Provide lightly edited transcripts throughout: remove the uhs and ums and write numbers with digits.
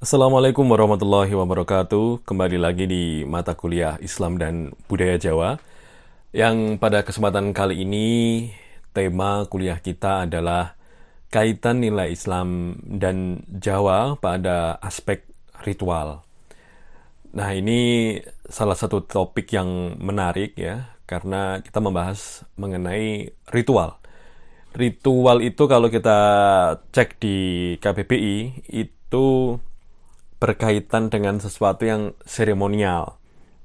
Assalamualaikum warahmatullahi wabarakatuh. Kembali lagi di mata kuliah Islam dan Budaya Jawa. Yang pada kesempatan kali ini tema kuliah kita adalah kaitan nilai Islam dan Jawa pada aspek ritual. Nah, ini salah satu topik yang menarik ya, karena kita membahas mengenai ritual. Ritual itu kalau kita cek di KBBI itu berkaitan dengan sesuatu yang seremonial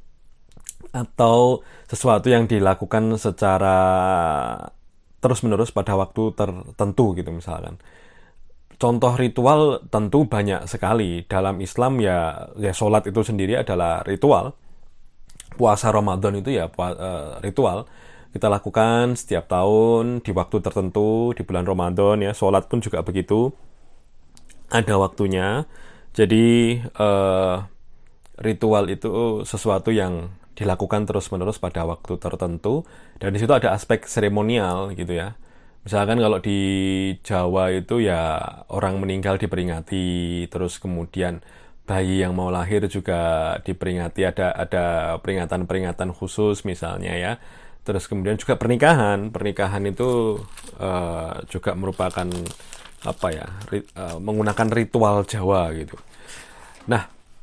atau sesuatu yang dilakukan secara terus-menerus pada waktu tertentu gitu misalkan. Contoh ritual tentu banyak sekali. Dalam Islam ya sholat itu sendiri adalah ritual. Puasa Ramadan itu ya ritual. Kita lakukan setiap tahun di waktu tertentu di bulan Ramadan ya. Sholat pun juga begitu. Ada waktunya. Jadi ritual itu sesuatu yang dilakukan terus-menerus pada waktu tertentu, dan di situ ada aspek seremonial gitu ya. Misalkan kalau di Jawa itu ya orang meninggal diperingati, terus kemudian bayi yang mau lahir juga diperingati, ada peringatan-peringatan khusus misalnya ya. Terus kemudian juga pernikahan itu juga merupakan apa ya, menggunakan ritual Jawa gitu. Nah,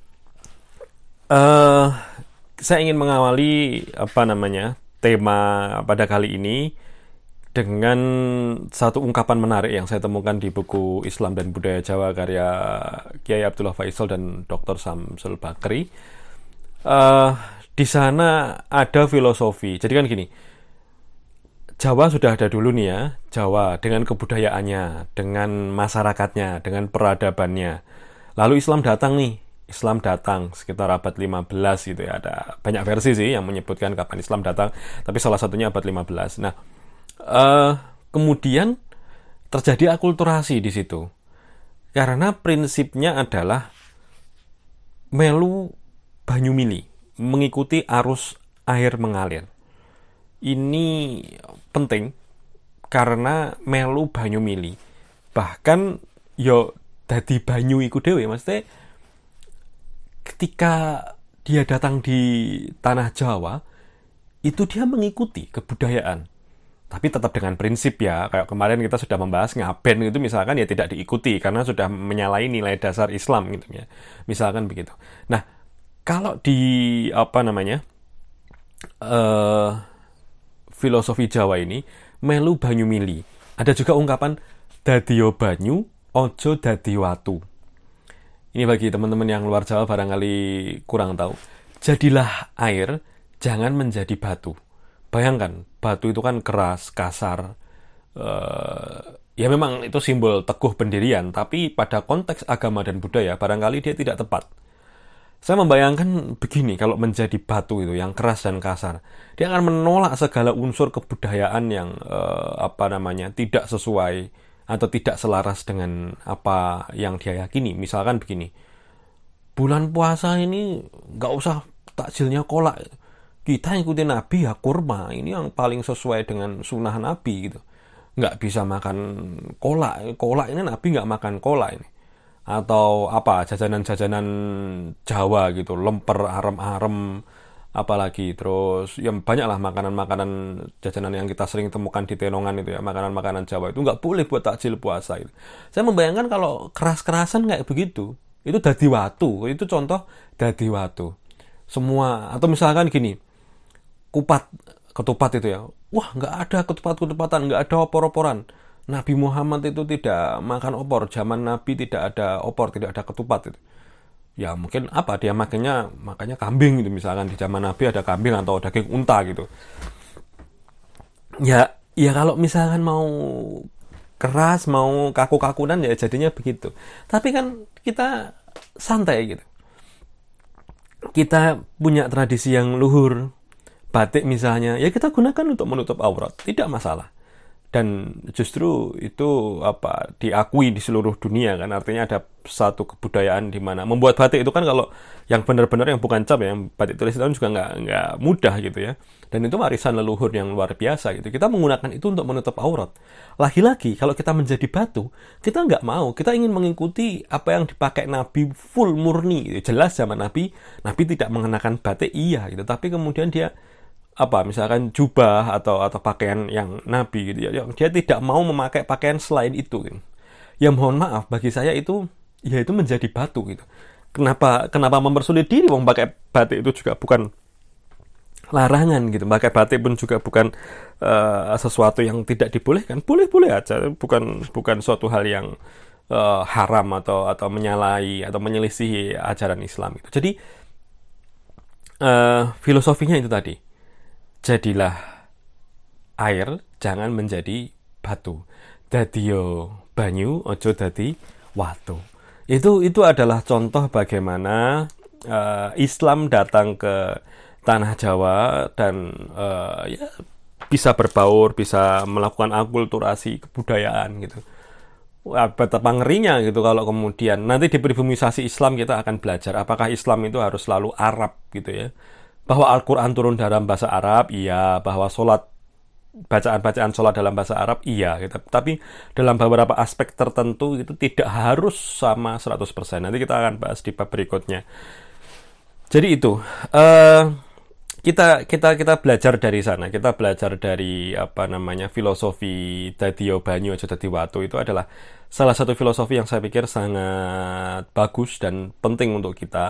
saya ingin mengawali tema pada kali ini dengan satu ungkapan menarik yang saya temukan di buku Islam dan Budaya Jawa karya Kiai Abdullah Faisal dan Dr. Samsul Bakri. Di sana ada filosofi. Jadi kan gini, Jawa sudah ada dulu nih ya, Jawa dengan kebudayaannya, dengan masyarakatnya, dengan peradabannya. Lalu Islam datang sekitar abad 15 gitu ya. Ada banyak versi sih yang menyebutkan kapan Islam datang, tapi salah satunya abad 15. Nah, kemudian terjadi akulturasi di situ. Karena prinsipnya adalah melu banyu mili, mengikuti arus air mengalir. Ini penting karena melu banyu mili. Bahkan yo dadi banyu iku dhewe, maksudnya ketika dia datang di tanah Jawa itu dia mengikuti kebudayaan, tapi tetap dengan prinsip ya. Kayak kemarin kita sudah membahas ngaben itu misalkan ya tidak diikuti karena sudah menyalahi nilai dasar Islam gitu ya, misalkan begitu. Nah, kalau di filosofi Jawa ini melu banyu mili, ada juga ungkapan dadiyo banyu ojo dadi watu. Ini bagi teman-teman yang luar Jawa barangkali kurang tahu. Jadilah air, jangan menjadi batu. Bayangkan, batu itu kan keras, kasar. Ya memang itu simbol teguh pendirian, tapi pada konteks agama dan budaya barangkali dia tidak tepat. Saya membayangkan begini, kalau menjadi batu itu yang keras dan kasar, dia akan menolak segala unsur kebudayaan yang tidak sesuai atau tidak selaras dengan apa yang dia yakini. Misalkan begini, bulan puasa ini nggak usah takjilnya kolak, kita ikutin Nabi ya kurma, ini yang paling sesuai dengan sunnah Nabi gitu. Nggak bisa makan kolak ini Nabi nggak makan kolak ini. Atau apa, jajanan-jajanan Jawa gitu, lemper, arem-arem, apalagi terus ya banyaklah makanan-makanan jajanan yang kita sering temukan di Tenongan itu ya, makanan-makanan Jawa itu nggak boleh buat takjil puasa itu. Saya membayangkan kalau keras-kerasan kayak begitu itu dadi watu, itu contoh dadi watu semua. Atau misalkan gini, ketupat itu ya, wah nggak ada ketupat-ketupatan, nggak ada opor-oporan. Nabi Muhammad itu tidak makan opor, zaman Nabi tidak ada opor, tidak ada ketupat itu. Ya mungkin dia makanya kambing gitu, misalkan di zaman Nabi ada kambing atau daging unta gitu. Ya kalau misalkan mau keras, mau kaku-kakunan ya jadinya begitu. Tapi kan kita santai gitu. Kita punya tradisi yang luhur. Batik misalnya, ya kita gunakan untuk menutup aurat, tidak masalah. dan justru itu diakui di seluruh dunia kan, artinya ada satu kebudayaan di mana membuat batik itu kan, kalau yang benar-benar yang bukan cap ya, yang batik tulis itu juga nggak mudah gitu ya, dan itu warisan leluhur yang luar biasa gitu. Kita menggunakan itu untuk menutup aurat. Lagi-lagi kalau kita menjadi batu, kita nggak mau, kita ingin mengikuti apa yang dipakai Nabi full murni gitu. Jelas zaman Nabi tidak mengenakan batik iya gitu, tapi kemudian dia misalkan jubah atau pakaian yang Nabi gitu ya, dia tidak mau memakai pakaian selain itu gitu. Ya mohon maaf, bagi saya itu menjadi batu gitu. Kenapa mempersulit diri? Wong pakai batik itu juga bukan larangan gitu. Pakai batik pun juga bukan sesuatu yang tidak dibolehkan. Boleh-boleh aja, bukan suatu hal yang haram atau menyalahi atau menyelisihi ajaran Islam itu. Jadi filosofinya itu tadi. Jadilah air, jangan menjadi batu. Dadiyo banyu, ojo dadi watu. Itu adalah contoh bagaimana Islam datang ke tanah Jawa dan bisa berbaur, bisa melakukan akulturasi kebudayaan gitu. Betapa ngerinya gitu kalau kemudian nanti di pribumisasi Islam kita akan belajar apakah Islam itu harus selalu Arab gitu ya. Bahwa Al-Quran turun dalam bahasa Arab, iya. Bahwa bacaan sholat dalam bahasa Arab, iya. Gitu. Tapi dalam beberapa aspek tertentu itu tidak harus sama 100%. Nanti kita akan bahas di bab berikutnya. Jadi itu, kita belajar dari sana. Kita belajar dari filosofi dadiyo banyu aja dadi watu. Itu adalah salah satu filosofi yang saya pikir sangat bagus dan penting untuk kita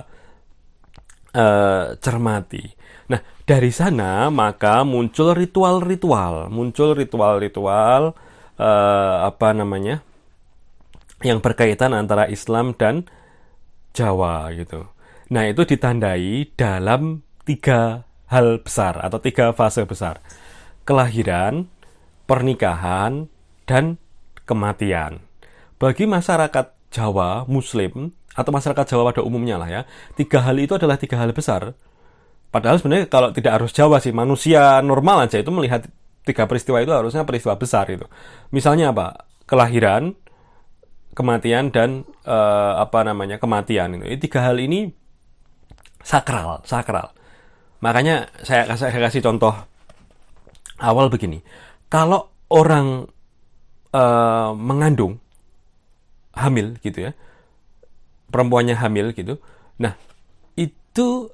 cermati. Nah, dari sana maka muncul ritual-ritual yang berkaitan antara Islam dan Jawa gitu. Nah, itu ditandai dalam 3 hal besar atau 3 fase besar. Kelahiran, pernikahan, dan kematian. Bagi masyarakat Jawa Muslim atau masyarakat Jawa pada umumnya lah ya, 3 hal itu adalah 3 hal besar. Padahal sebenarnya kalau tidak harus Jawa sih, manusia normal aja itu melihat 3 peristiwa itu harusnya peristiwa besar itu. Misalnya apa? Kelahiran, kematian, dan kematian itu. 3 hal ini sakral. Makanya saya kasih contoh awal begini. Kalau orang mengandung, hamil gitu ya, perempuannya hamil gitu. Nah, itu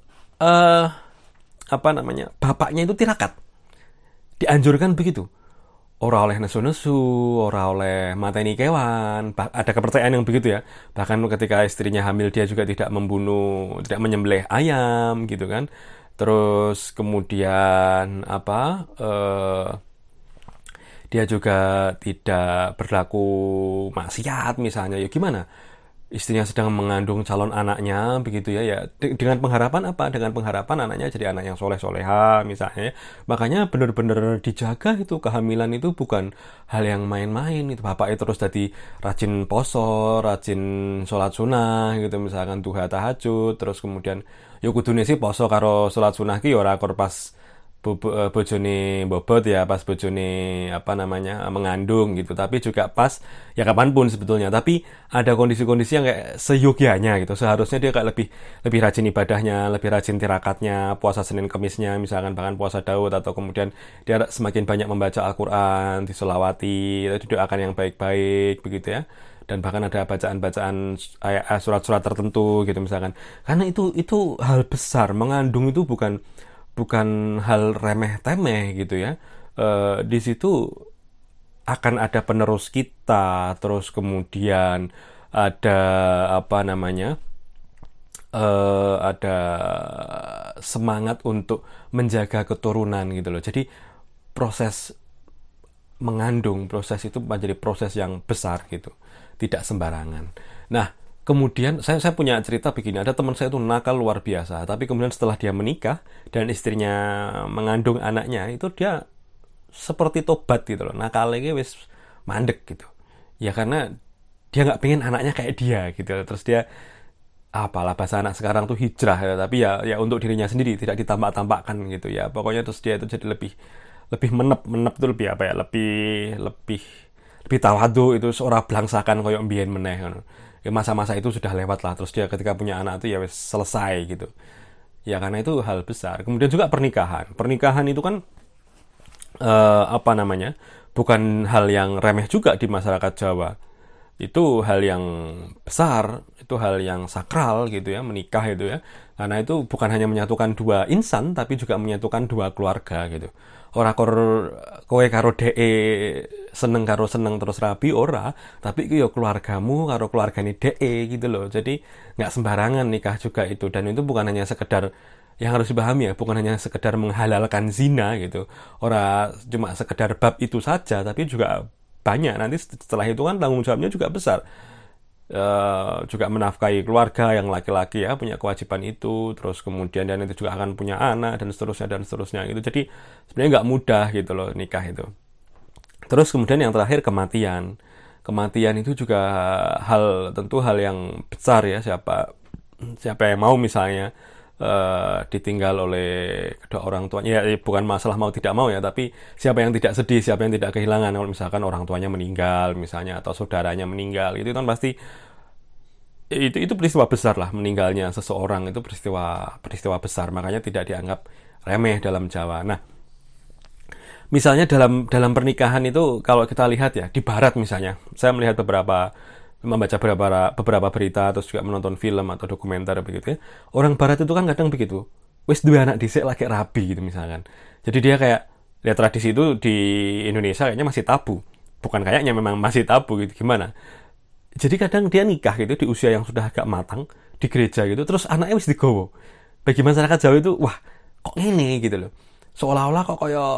bapaknya itu tirakat. Dianjurkan begitu. Ora oleh nesu-nesu, ora oleh mateni kewan. Ada kepercayaan yang begitu ya. Bahkan ketika istrinya hamil dia juga tidak menyembelih ayam gitu kan. Terus kemudian dia juga tidak berlaku maksiat misalnya. Ya gimana? Istrinya sedang mengandung calon anaknya begitu ya, dengan pengharapan dengan pengharapan anaknya jadi anak yang soleh-soleha misalnya ya. Makanya benar-benar dijaga itu, kehamilan itu bukan hal yang main-main itu. Bapaknya terus jadi rajin poso, rajin sholat sunnah gitu, misalkan duha tahajud, terus kemudian ya kudune sih poso karo sholat sunnah ki ora kor pas bojone bobot ya, pas bojone mengandung gitu, tapi juga pas ya kapanpun sebetulnya. Tapi ada kondisi-kondisi yang kayak seyogianya gitu. Seharusnya dia kayak lebih rajin ibadahnya, lebih rajin tirakatnya, puasa Senin Kemisnya misalkan, bahkan puasa Daud, atau kemudian dia semakin banyak membaca Al-Quran, diselawati, didoakan yang baik-baik begitu ya. Dan bahkan ada bacaan-bacaan surat-surat tertentu gitu misalkan. Karena itu hal besar. Mengandung itu bukan hal remeh-temeh gitu ya. Di situ akan ada penerus kita, terus kemudian ada ada semangat untuk menjaga keturunan gitu loh. Jadi proses mengandung, proses itu menjadi proses yang besar gitu, tidak sembarangan. Nah, kemudian saya punya cerita begini, ada teman saya itu nakal luar biasa, tapi kemudian setelah dia menikah dan istrinya mengandung anaknya, itu dia seperti tobat gitu loh, nakalnya wis mandek gitu. Ya karena dia nggak pengen anaknya kayak dia gitu. Terus dia apalah bahasa anak sekarang tuh hijrah ya, tapi ya untuk dirinya sendiri, tidak ditampak-tampakkan gitu ya. Pokoknya terus dia itu jadi lebih lebih menep tuh lebih apa ya, lebih tawadu, itu seorang belangsakan koyo mbiyen meneh ngono. Ya masa-masa itu sudah lewat lah, terus dia ketika punya anak itu ya wis selesai gitu. Ya karena itu hal besar. Kemudian juga pernikahan. Pernikahan itu kan apa namanya? Bukan hal yang remeh juga di masyarakat Jawa. Itu hal yang besar, itu hal yang sakral gitu ya, menikah itu ya. Karena itu bukan hanya menyatukan dua insan, tapi juga menyatukan dua keluarga gitu. Ora kowe karo dhek seneng karo seneng terus rabi ora, tapi itu ya keluargamu karo keluargane dhek gitu loh. Jadi nggak sembarangan nikah juga itu, dan itu bukan hanya sekedar, yang harus dipahami ya, bukan hanya sekedar menghalalkan zina gitu. Ora cuma sekedar bab itu saja, tapi juga banyak nanti setelah itu kan tanggung jawabnya juga besar. Juga menafkahi keluarga yang laki-laki ya, punya kewajiban itu, terus kemudian dan itu juga akan punya anak dan seterusnya gitu. Jadi sebenarnya nggak mudah gitu loh nikah itu. Terus kemudian yang terakhir kematian itu juga tentu hal yang besar ya. Siapa yang mau misalnya ditinggal oleh kedua orang tuanya, ya bukan masalah mau tidak mau ya, tapi siapa yang tidak sedih, siapa yang tidak kehilangan kalau misalkan orang tuanya meninggal misalnya, atau saudaranya meninggal, itu kan pasti itu peristiwa besar lah. Meninggalnya seseorang itu peristiwa besar, makanya tidak dianggap remeh dalam Jawa. Nah, misalnya dalam pernikahan itu kalau kita lihat ya di Barat misalnya, saya membaca beberapa berita, terus juga menonton film atau dokumenter begitu ya. Orang Barat itu kan kadang begitu, wis dua anak dhisik lagi rabi gitu misalkan. Jadi dia kayak, ya tradisi itu di Indonesia kayaknya masih tabu. Bukan kayaknya, memang masih tabu gitu. Gimana? Jadi kadang dia nikah gitu di usia yang sudah agak matang di gereja gitu, terus anaknya wis digowo. Bagi masyarakat Jawa itu, wah kok ini gitu loh. Seolah-olah kok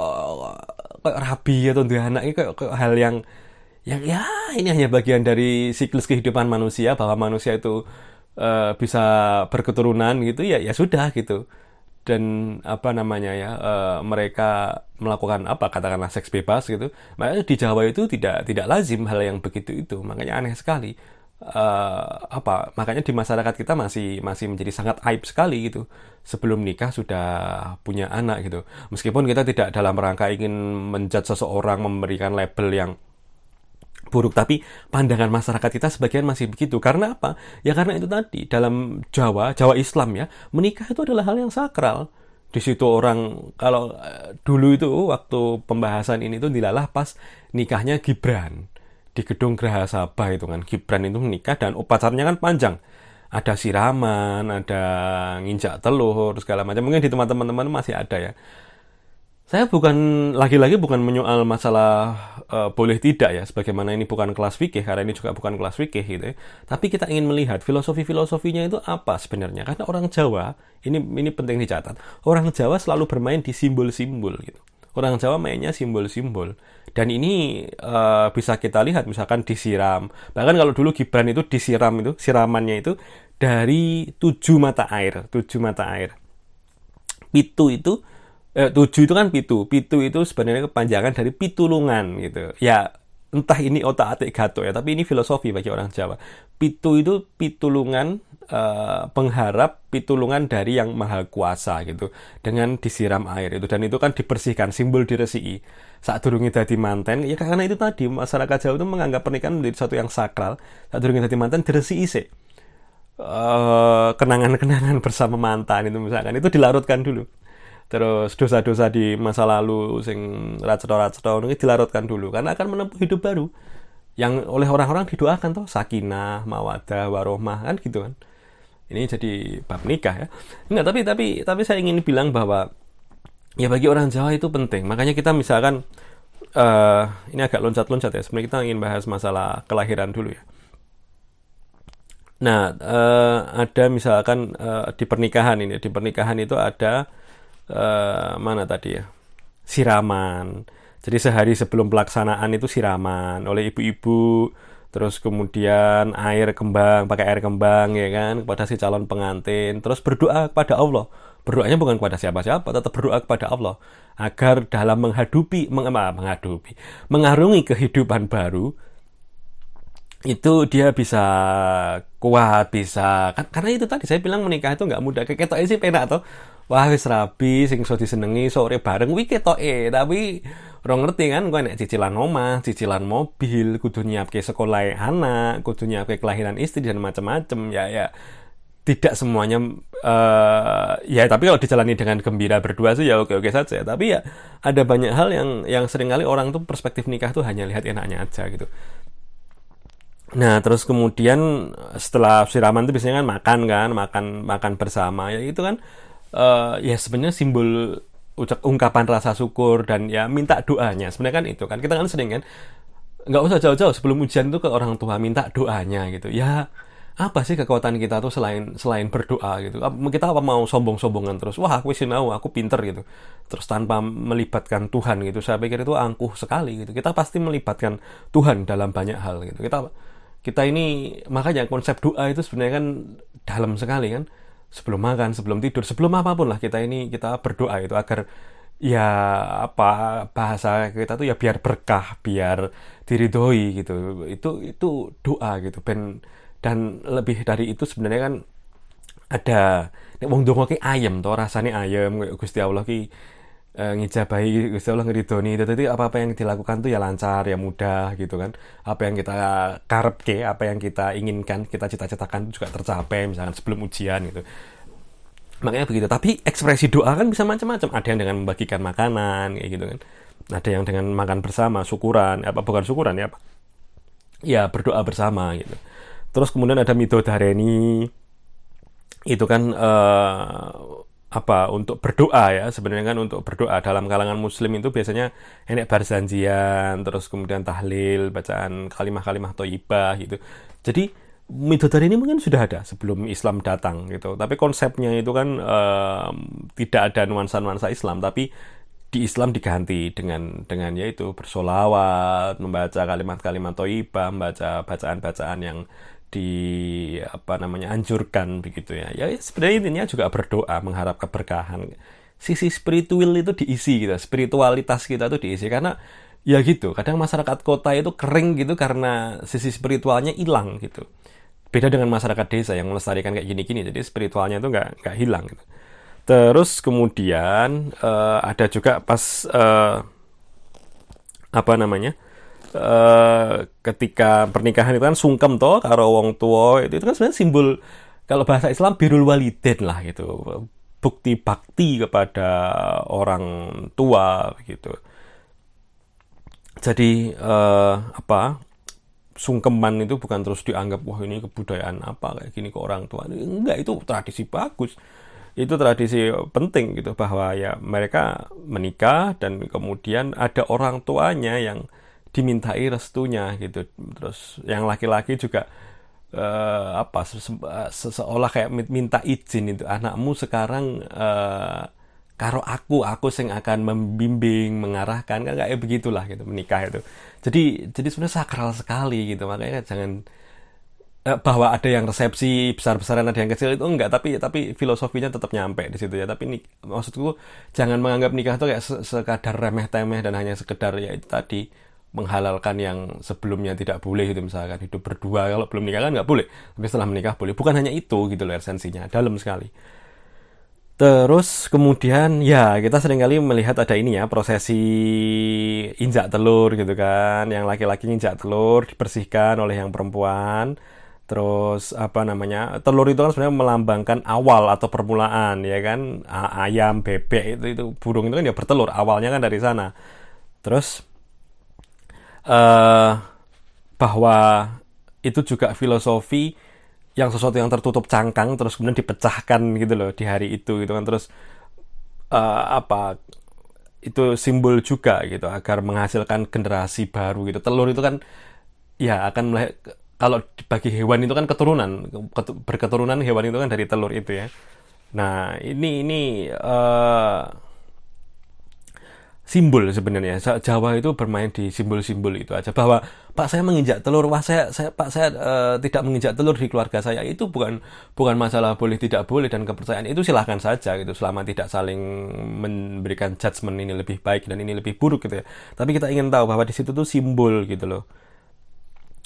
kayak rabi atau dua anak ini kayak hal yang ya ini hanya bagian dari siklus kehidupan manusia, bahwa manusia itu bisa berketurunan gitu ya, ya sudah gitu. Dan apa namanya ya, mereka melakukan apa, katakanlah seks bebas gitu. Makanya di Jawa itu tidak lazim hal yang begitu itu, makanya aneh sekali. Makanya di masyarakat kita masih menjadi sangat aib sekali gitu, sebelum nikah sudah punya anak gitu. Meskipun kita tidak dalam rangka ingin menjudge seseorang, memberikan label yang buruk, tapi pandangan masyarakat kita sebagian masih begitu. Karena apa? Ya karena itu tadi, dalam Jawa Islam ya, menikah itu adalah hal yang sakral. Di situ orang, kalau dulu itu waktu pembahasan ini tuh dilalah pas nikahnya Gibran di gedung Geraha Sabah itu kan. Gibran itu menikah dan upacaranya kan panjang. Ada siraman, ada nginjak telur, segala macam. Mungkin di teman-teman masih ada ya. Saya lagi-lagi bukan menyoal masalah boleh tidak ya, sebagaimana ini bukan kelas fikih, karena ini juga bukan kelas fikih gitu ya. Tapi kita ingin melihat filosofinya itu apa sebenarnya. Karena orang Jawa, ini penting dicatat, orang Jawa selalu bermain di simbol-simbol gitu. Orang Jawa mainnya simbol-simbol. Dan ini bisa kita lihat misalkan disiram. Bahkan kalau dulu Gibran itu disiram, itu siramannya itu dari 7 mata air. Pitu itu 7 itu kan pitu itu sebenarnya kepanjangan dari pitulungan gitu ya. Entah ini otak-atik gato ya, tapi ini filosofi bagi orang Jawa. Pitu itu pitulungan, pengharap pitulungan dari yang maha kuasa gitu, dengan disiram air itu, dan itu kan dibersihkan, simbol diresiki saat durungi dadi manten ya. Karena itu tadi masyarakat Jawa itu menganggap pernikahan menjadi sesuatu yang sakral. Saat durungi dadi manten diresiki sih, kenangan-kenangan bersama mantan itu misalkan, itu dilarutkan dulu. Terus dosa-dosa di masa lalu sing racetha ini dilarutkan dulu, karena akan menempuh hidup baru yang oleh orang-orang didoakan toh, sakinah, mawaddah, warohmah kan gitu kan. Ini jadi bab nikah ya. Enggak, tapi saya ingin bilang bahwa ya bagi orang Jawa itu penting. Makanya kita misalkan ini agak loncat-loncat ya. Sebenarnya kita ingin bahas masalah kelahiran dulu ya. Nah, ada misalkan di pernikahan itu ada mana tadi ya, siraman. Jadi sehari sebelum pelaksanaan itu siraman oleh ibu-ibu, terus kemudian pakai air kembang ya kan, kepada si calon pengantin, terus berdoa kepada Allah. Berdoanya bukan kepada siapa-siapa, tetap berdoa kepada Allah agar dalam mengarungi kehidupan baru itu dia bisa kuat, bisa kan, karena itu tadi saya bilang menikah itu nggak mudah. Kayak sih penak toh, wah wis rabi sing iso disenengi sore bareng kuwi ketoke, tapi ora ngerti kan kowe nek cicilan omah, cicilan mobil, kudu nyiapke sekolah anak, kudu nyiapke kelahiran istri dan macam-macam. Ya tidak semuanya ya, tapi kalau dijalani dengan gembira berdua sih ya oke-oke saja. Tapi ya ada banyak hal yang seringkali orang tuh perspektif nikah tuh hanya lihat enaknya aja gitu. Nah, terus kemudian setelah siraman itu biasanya kan makan bersama. Ya itu kan ya sebenarnya simbol ungkapan rasa syukur dan ya minta doanya. Sebenarnya kan itu kan kita kan sering kan nggak usah jauh-jauh sebelum ujian tuh ke orang tua minta doanya gitu. Ya apa sih kekuatan kita tuh selain berdoa gitu? Kita apa mau sombong-sombongan terus? Wah, aku sinau, aku pinter gitu. Terus tanpa melibatkan Tuhan gitu. Saya pikir itu angkuh sekali gitu. Kita pasti melibatkan Tuhan dalam banyak hal gitu. Kita ini makanya konsep doa itu sebenarnya kan dalam sekali kan. Sebelum makan, sebelum tidur, sebelum apapun lah kita berdoa itu agar ya apa bahasa kita tuh ya biar berkah, biar diridhoi gitu. Itu doa gitu. Dan lebih dari itu sebenarnya kan ada nek wong donga ki ayem to, rasane ayem kayak Gusti Allah ki ngijabahi Gusti Allah ngeridoni. Jadi apa-apa yang dilakukan tuh ya lancar, ya mudah gitu kan. Apa yang kita karepke, apa yang kita inginkan, kita cita-citakan itu juga tercapai misalkan sebelum ujian gitu. Makanya begitu. Tapi ekspresi doa kan bisa macam-macam. Ada yang dengan membagikan makanan kayak gitu kan. Ada yang dengan makan bersama, syukuran, bukan syukuran ya, ya berdoa bersama gitu. Terus kemudian ada midodareni, itu kan untuk berdoa ya, sebenarnya kan untuk berdoa dalam kalangan muslim itu biasanya enek barzanjian, terus kemudian tahlil, bacaan kalimah-kalimah thayyibah gitu. Jadi midodareni mungkin sudah ada sebelum Islam datang gitu, tapi konsepnya itu kan tidak ada nuansa-nuansa Islam, tapi di Islam diganti dengan yaitu bersolawat, membaca kalimat-kalimat thayyibah, membaca bacaan-bacaan yang anjurkan begitu ya. Ya sebenarnya intinya juga berdoa mengharap keberkahan. Sisi spiritual itu diisi gitu, spiritualitas kita tuh diisi karena ya gitu. Kadang masyarakat kota itu kering gitu karena sisi spiritualnya hilang gitu. Beda dengan masyarakat desa yang melestarikan kayak gini-gini, jadi spiritualnya itu nggak hilang gitu. Terus kemudian ada juga pas ketika pernikahan itu kan sungkem toh karo wong tua, itu kan sebenarnya simbol kalau bahasa Islam birrul walidain lah gitu, bukti bakti kepada orang tua gitu. Jadi sungkeman itu bukan terus dianggap wah ini kebudayaan apa kayak gini ke orang tua. Enggak, itu tradisi bagus. Itu tradisi penting gitu, bahwa ya mereka menikah dan kemudian ada orang tuanya yang dimintai restunya gitu. Terus yang laki-laki juga seolah kayak minta izin itu, anakmu sekarang karo aku sing akan membimbing, mengarahkan, kan kayak begitulah gitu menikah itu. Jadi sebenarnya sakral sekali gitu. Makanya jangan bahwa ada yang resepsi besar-besaran, ada yang kecil itu enggak, tapi filosofinya tetap nyampe di situ ya. Tapi maksudku jangan menganggap nikah itu kayak sekadar remeh-temeh dan hanya sekedar ya itu tadi menghalalkan yang sebelumnya tidak boleh gitu, misalkan hidup berdua kalau belum nikah kan nggak boleh, tapi setelah menikah boleh. Bukan hanya itu gitu loh, esensinya dalam sekali. Terus kemudian ya kita seringkali melihat ada ini ya, prosesi injak telur gitu kan, yang laki-laki injak telur dibersihkan oleh yang perempuan. Terus telur itu kan sebenarnya melambangkan awal atau permulaan ya kan. Ayam, bebek itu burung itu kan ya bertelur, awalnya kan dari sana. Terus bahwa itu juga filosofi yang sesuatu yang tertutup cangkang terus kemudian dipecahkan gitu loh di hari itu gitu kan. Terus itu simbol juga gitu agar menghasilkan generasi baru gitu. Telur itu kan ya akan kalau bagi hewan itu kan keturunan, berketurunan hewan itu kan dari telur itu ya. Nah ini simbol sebenarnya. Jawa itu bermain di simbol-simbol itu aja, bahwa Pak saya menginjak telur, wah saya tidak menginjak telur di keluarga saya, itu bukan masalah boleh tidak boleh, dan kepercayaan itu silahkan saja gitu, selama tidak saling memberikan judgement ini lebih baik dan ini lebih buruk gitu ya. Tapi kita ingin tahu bahwa di situ tuh simbol gitu loh.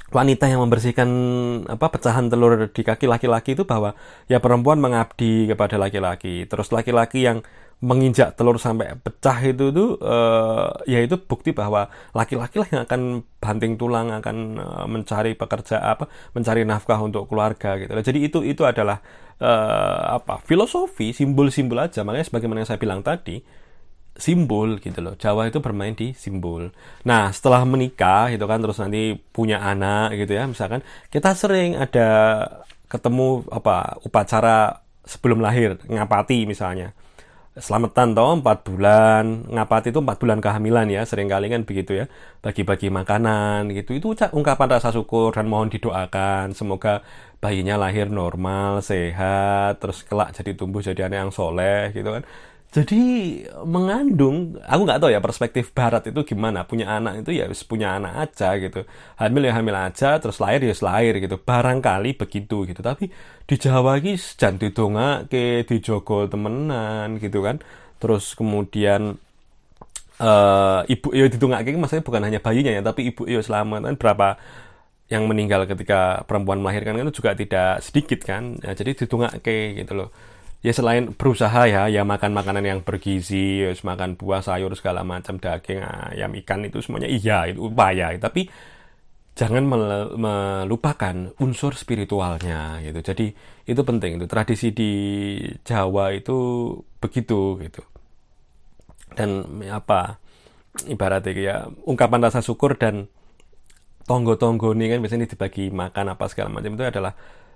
wanita yang membersihkan pecahan telur di kaki laki-laki itu bahwa ya perempuan mengabdi kepada laki-laki. Terus laki-laki yang menginjak telur sampai pecah itu tuh ya itu bukti bahwa laki-laki lah yang akan banting tulang, akan mencari mencari nafkah untuk keluarga gitu. Jadi itu adalah filosofi, simbol-simbol aja. Makanya sebagaimana yang saya bilang tadi, simbol gitu loh. Jawa itu bermain di simbol. Nah, setelah menikah gitu kan, terus nanti punya anak gitu ya, misalkan kita sering ada ketemu upacara sebelum lahir, ngapati misalnya. Selamatan toh 4 bulan, ngapati itu 4 bulan kehamilan ya, seringkali kan begitu ya. Bagi-bagi makanan gitu. Itu ungkapan rasa syukur dan mohon didoakan semoga bayinya lahir normal, sehat, terus kelak jadi tumbuh jadi anak yang soleh gitu kan. Jadi mengandung, aku nggak tahu ya perspektif barat itu gimana. Punya anak itu ya punya anak aja gitu. Hamil ya hamil aja, terus lahir ya lahir gitu. Barangkali begitu gitu. Tapi di Jawa ini jan didongake, dijogo temenan gitu kan. Terus kemudian ibu ya didongake maksudnya bukan hanya bayinya ya, tapi ibu ya selamat kan. Berapa yang meninggal ketika perempuan melahirkan kan itu juga tidak sedikit kan. Ya, jadi didongake gitu loh. Ya selain berusaha ya makan makanan yang bergizi, ya makan buah, sayur segala macam, daging, ayam, ikan itu semuanya iya itu upaya. Tapi jangan melupakan unsur spiritualnya gitu. Jadi itu penting itu tradisi di Jawa itu begitu gitu. Dan ibaratnya ya ungkapan rasa syukur dan tonggo-tonggo ini kan biasanya dibagi makan apa segala macam itu adalah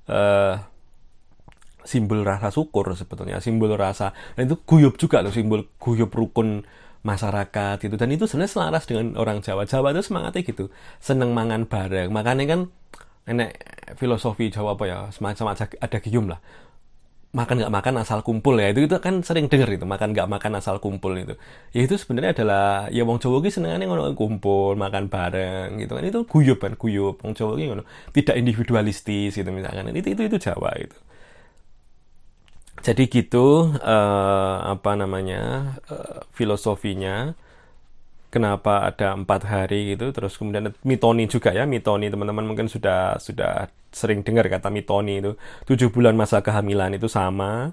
simbol rasa syukur sebetulnya, simbol rasa, dan itu guyub juga loh, simbol guyub rukun masyarakat gitu. Dan itu sebenarnya selaras dengan orang Jawa. Jawa itu semangatnya gitu, seneng mangan bareng. Makanya kan enek filosofi Jawa semacam ada gium lah, makan nggak makan asal kumpul ya, itu kan sering dengar itu, makan nggak makan asal kumpul itu. Ya itu sebenarnya adalah ya wong Jawa ki senengane ngono, kumpul makan bareng gitu kan. Itu guyub kan, guyub wong Jawa ki ngono, tidak individualistis gitu misalkan. Itu Jawa itu. Jadi gitu filosofinya kenapa ada 4 hari gitu. Terus kemudian mitoni juga ya, mitoni teman-teman mungkin sudah sering dengar kata mitoni itu 7 bulan masa kehamilan itu sama.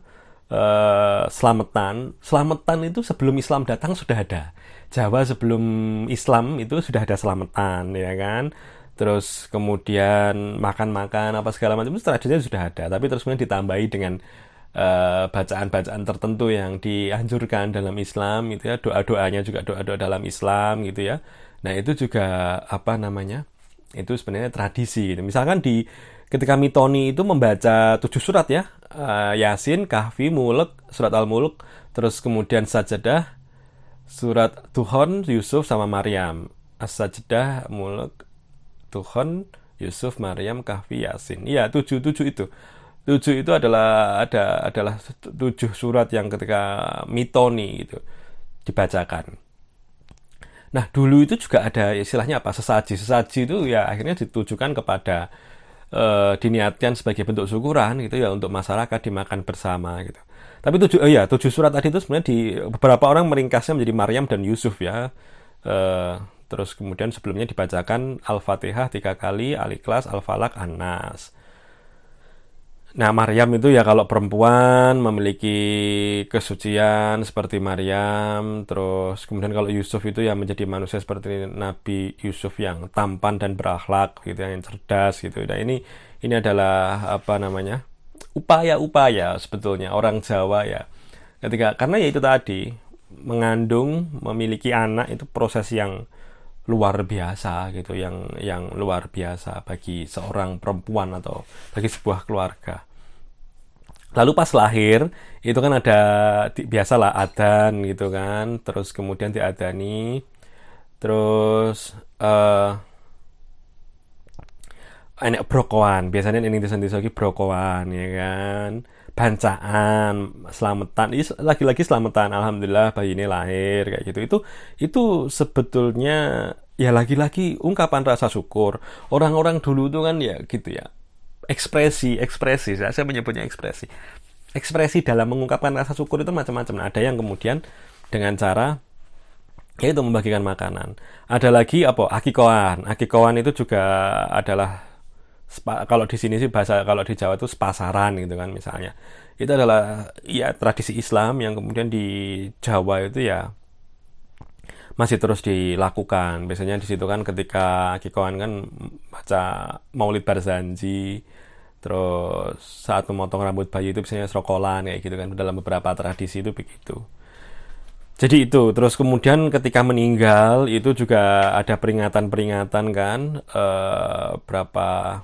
Selamatan itu sebelum Islam datang sudah ada. Jawa sebelum Islam itu sudah ada selamatan ya kan. Terus kemudian makan-makan apa segala macam itu tradisinya sudah ada, tapi terus kemudian ditambahi dengan bacaan-bacaan tertentu yang dianjurkan dalam Islam gitu ya, doa-doanya juga doa-doa dalam Islam gitu ya. Nah itu juga itu sebenarnya tradisi gitu. Misalkan ketika mitoni itu membaca 7 surat ya, Yasin, Kahfi, Mulk, surat Al-Mulk, terus kemudian Sajadah, surat Tuhon, Yusuf sama Maryam, As-Sajdah, Mulk, Tuhon, Yusuf, Maryam, Kahfi, Yasin. Iya 7 itu. 7 itu adalah 7 surat yang ketika mitoni gitu dibacakan. Nah dulu itu juga ada istilahnya sesaji itu ya akhirnya ditujukan kepada diniatkan sebagai bentuk syukuran gitu ya untuk masyarakat dimakan bersama gitu. Tapi 7 surat tadi itu sebenarnya beberapa orang meringkasnya menjadi Maryam dan Yusuf ya. Terus kemudian sebelumnya dibacakan Al-Fatihah 3 kali, Al-Ikhlas, Al-Falaq, An-Nas. Nah, Maryam itu ya kalau perempuan memiliki kesucian seperti Maryam, terus kemudian kalau Yusuf itu ya menjadi manusia seperti Nabi Yusuf yang tampan dan berakhlak gitu, yang cerdas gitu. Nah, ini adalah upaya-upaya sebetulnya orang Jawa ya. Karena ya itu tadi mengandung, memiliki anak itu proses yang luar biasa gitu, yang luar biasa bagi seorang perempuan atau bagi sebuah keluarga. Lalu pas lahir itu kan ada biasalah adzan gitu kan, terus kemudian diadani, terus enek brokoan, biasanya ini desa-desa brokoan ya kan, bancaan, selamatan, lagi-lagi selamatan, alhamdulillah bayi ini lahir kayak gitu. Itu sebetulnya ya lagi-lagi ungkapan rasa syukur. Orang-orang dulu tuh kan ya gitu ya, ekspresi, saya menyebutnya ekspresi dalam mengungkapkan rasa syukur itu macam-macam. Nah, ada yang kemudian dengan cara yaitu membagikan makanan. Ada lagi apa? Akikoan. Akikoan itu juga adalah kalau di sini sih bahasa, kalau di Jawa itu sepasaran gitu kan misalnya. Itu adalah ya tradisi Islam yang kemudian di Jawa itu ya masih terus dilakukan. Biasanya di situ kan ketika akikoan kan baca Maulid Barzanji, terus saat memotong rambut bayi itu biasanya serokolan kayak gitu kan, dalam beberapa tradisi itu begitu. Jadi itu, terus kemudian ketika meninggal itu juga ada peringatan-peringatan kan, berapa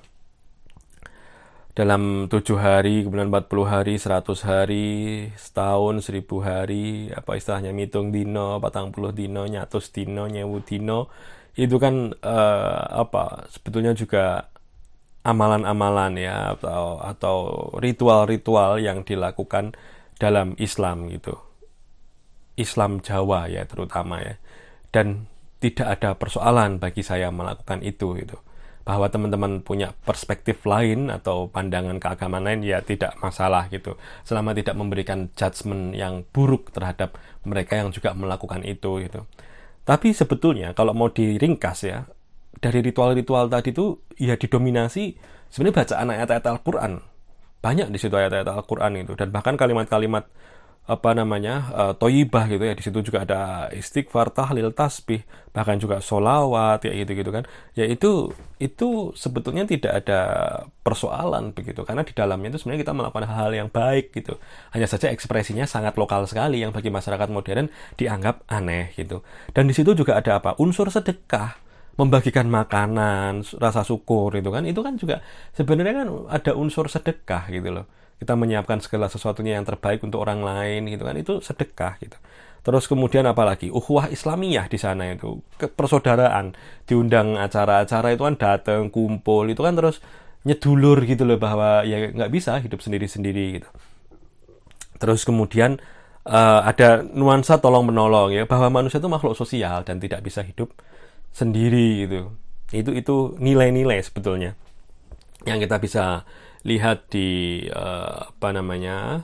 dalam 7 hari, kemudian 40 hari, 100 hari, setahun, 1000 hari, apa istilahnya, mitung dino, 40 dino, nyatus dino, nyewu dino, itu kan apa sebetulnya juga amalan-amalan ya, atau ritual-ritual yang dilakukan dalam Islam gitu. Islam Jawa ya terutama ya. Dan tidak ada persoalan bagi saya melakukan itu gitu. Bahwa teman-teman punya perspektif lain atau pandangan keagamaan lain ya tidak masalah gitu. Selama tidak memberikan judgement yang buruk terhadap mereka yang juga melakukan itu gitu. Tapi sebetulnya kalau mau diringkas ya, dari ritual-ritual tadi itu ya didominasi sebenarnya bacaan ayat-ayat Al-Qur'an. Banyak di situ ayat-ayat Al-Qur'an itu, dan bahkan kalimat-kalimat apa namanya, toyibah gitu ya. Di situ juga ada istighfar, tahlil, tasbih, bahkan juga solawat ya gitu-gitu kan. Ya itu sebetulnya tidak ada persoalan begitu, karena di dalamnya itu sebenarnya kita melakukan hal-hal yang baik gitu. Hanya saja ekspresinya sangat lokal sekali yang bagi masyarakat modern dianggap aneh gitu. Dan di situ juga ada apa? Unsur sedekah, membagikan makanan, rasa syukur itu kan juga sebenarnya kan ada unsur sedekah gitu loh. Kita menyiapkan segala sesuatunya yang terbaik untuk orang lain gitu kan, itu sedekah gitu. Terus kemudian apalagi ukhuwah Islamiyah di sana itu, persaudaraan, diundang acara-acara itu kan datang kumpul itu kan, terus nyedulur gitu loh, bahwa ya nggak bisa hidup sendiri-sendiri gitu. Terus kemudian ada nuansa tolong menolong ya, bahwa manusia itu makhluk sosial dan tidak bisa hidup sendiri gitu. Itu nilai-nilai sebetulnya yang kita bisa lihat di apa namanya,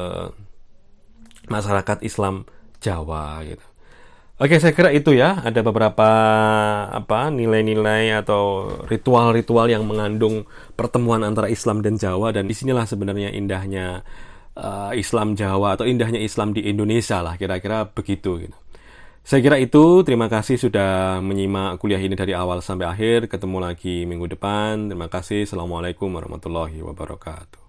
masyarakat Islam Jawa gitu. Oke, saya kira itu ya, ada beberapa apa nilai-nilai atau ritual-ritual yang mengandung pertemuan antara Islam dan Jawa, dan disinilah sebenarnya indahnya Islam Jawa atau indahnya Islam di Indonesia lah, kira-kira begitu gitu. Saya kira itu, terima kasih sudah menyimak kuliah ini dari awal sampai akhir. Ketemu lagi minggu depan. Terima kasih. Assalamualaikum warahmatullahi wabarakatuh.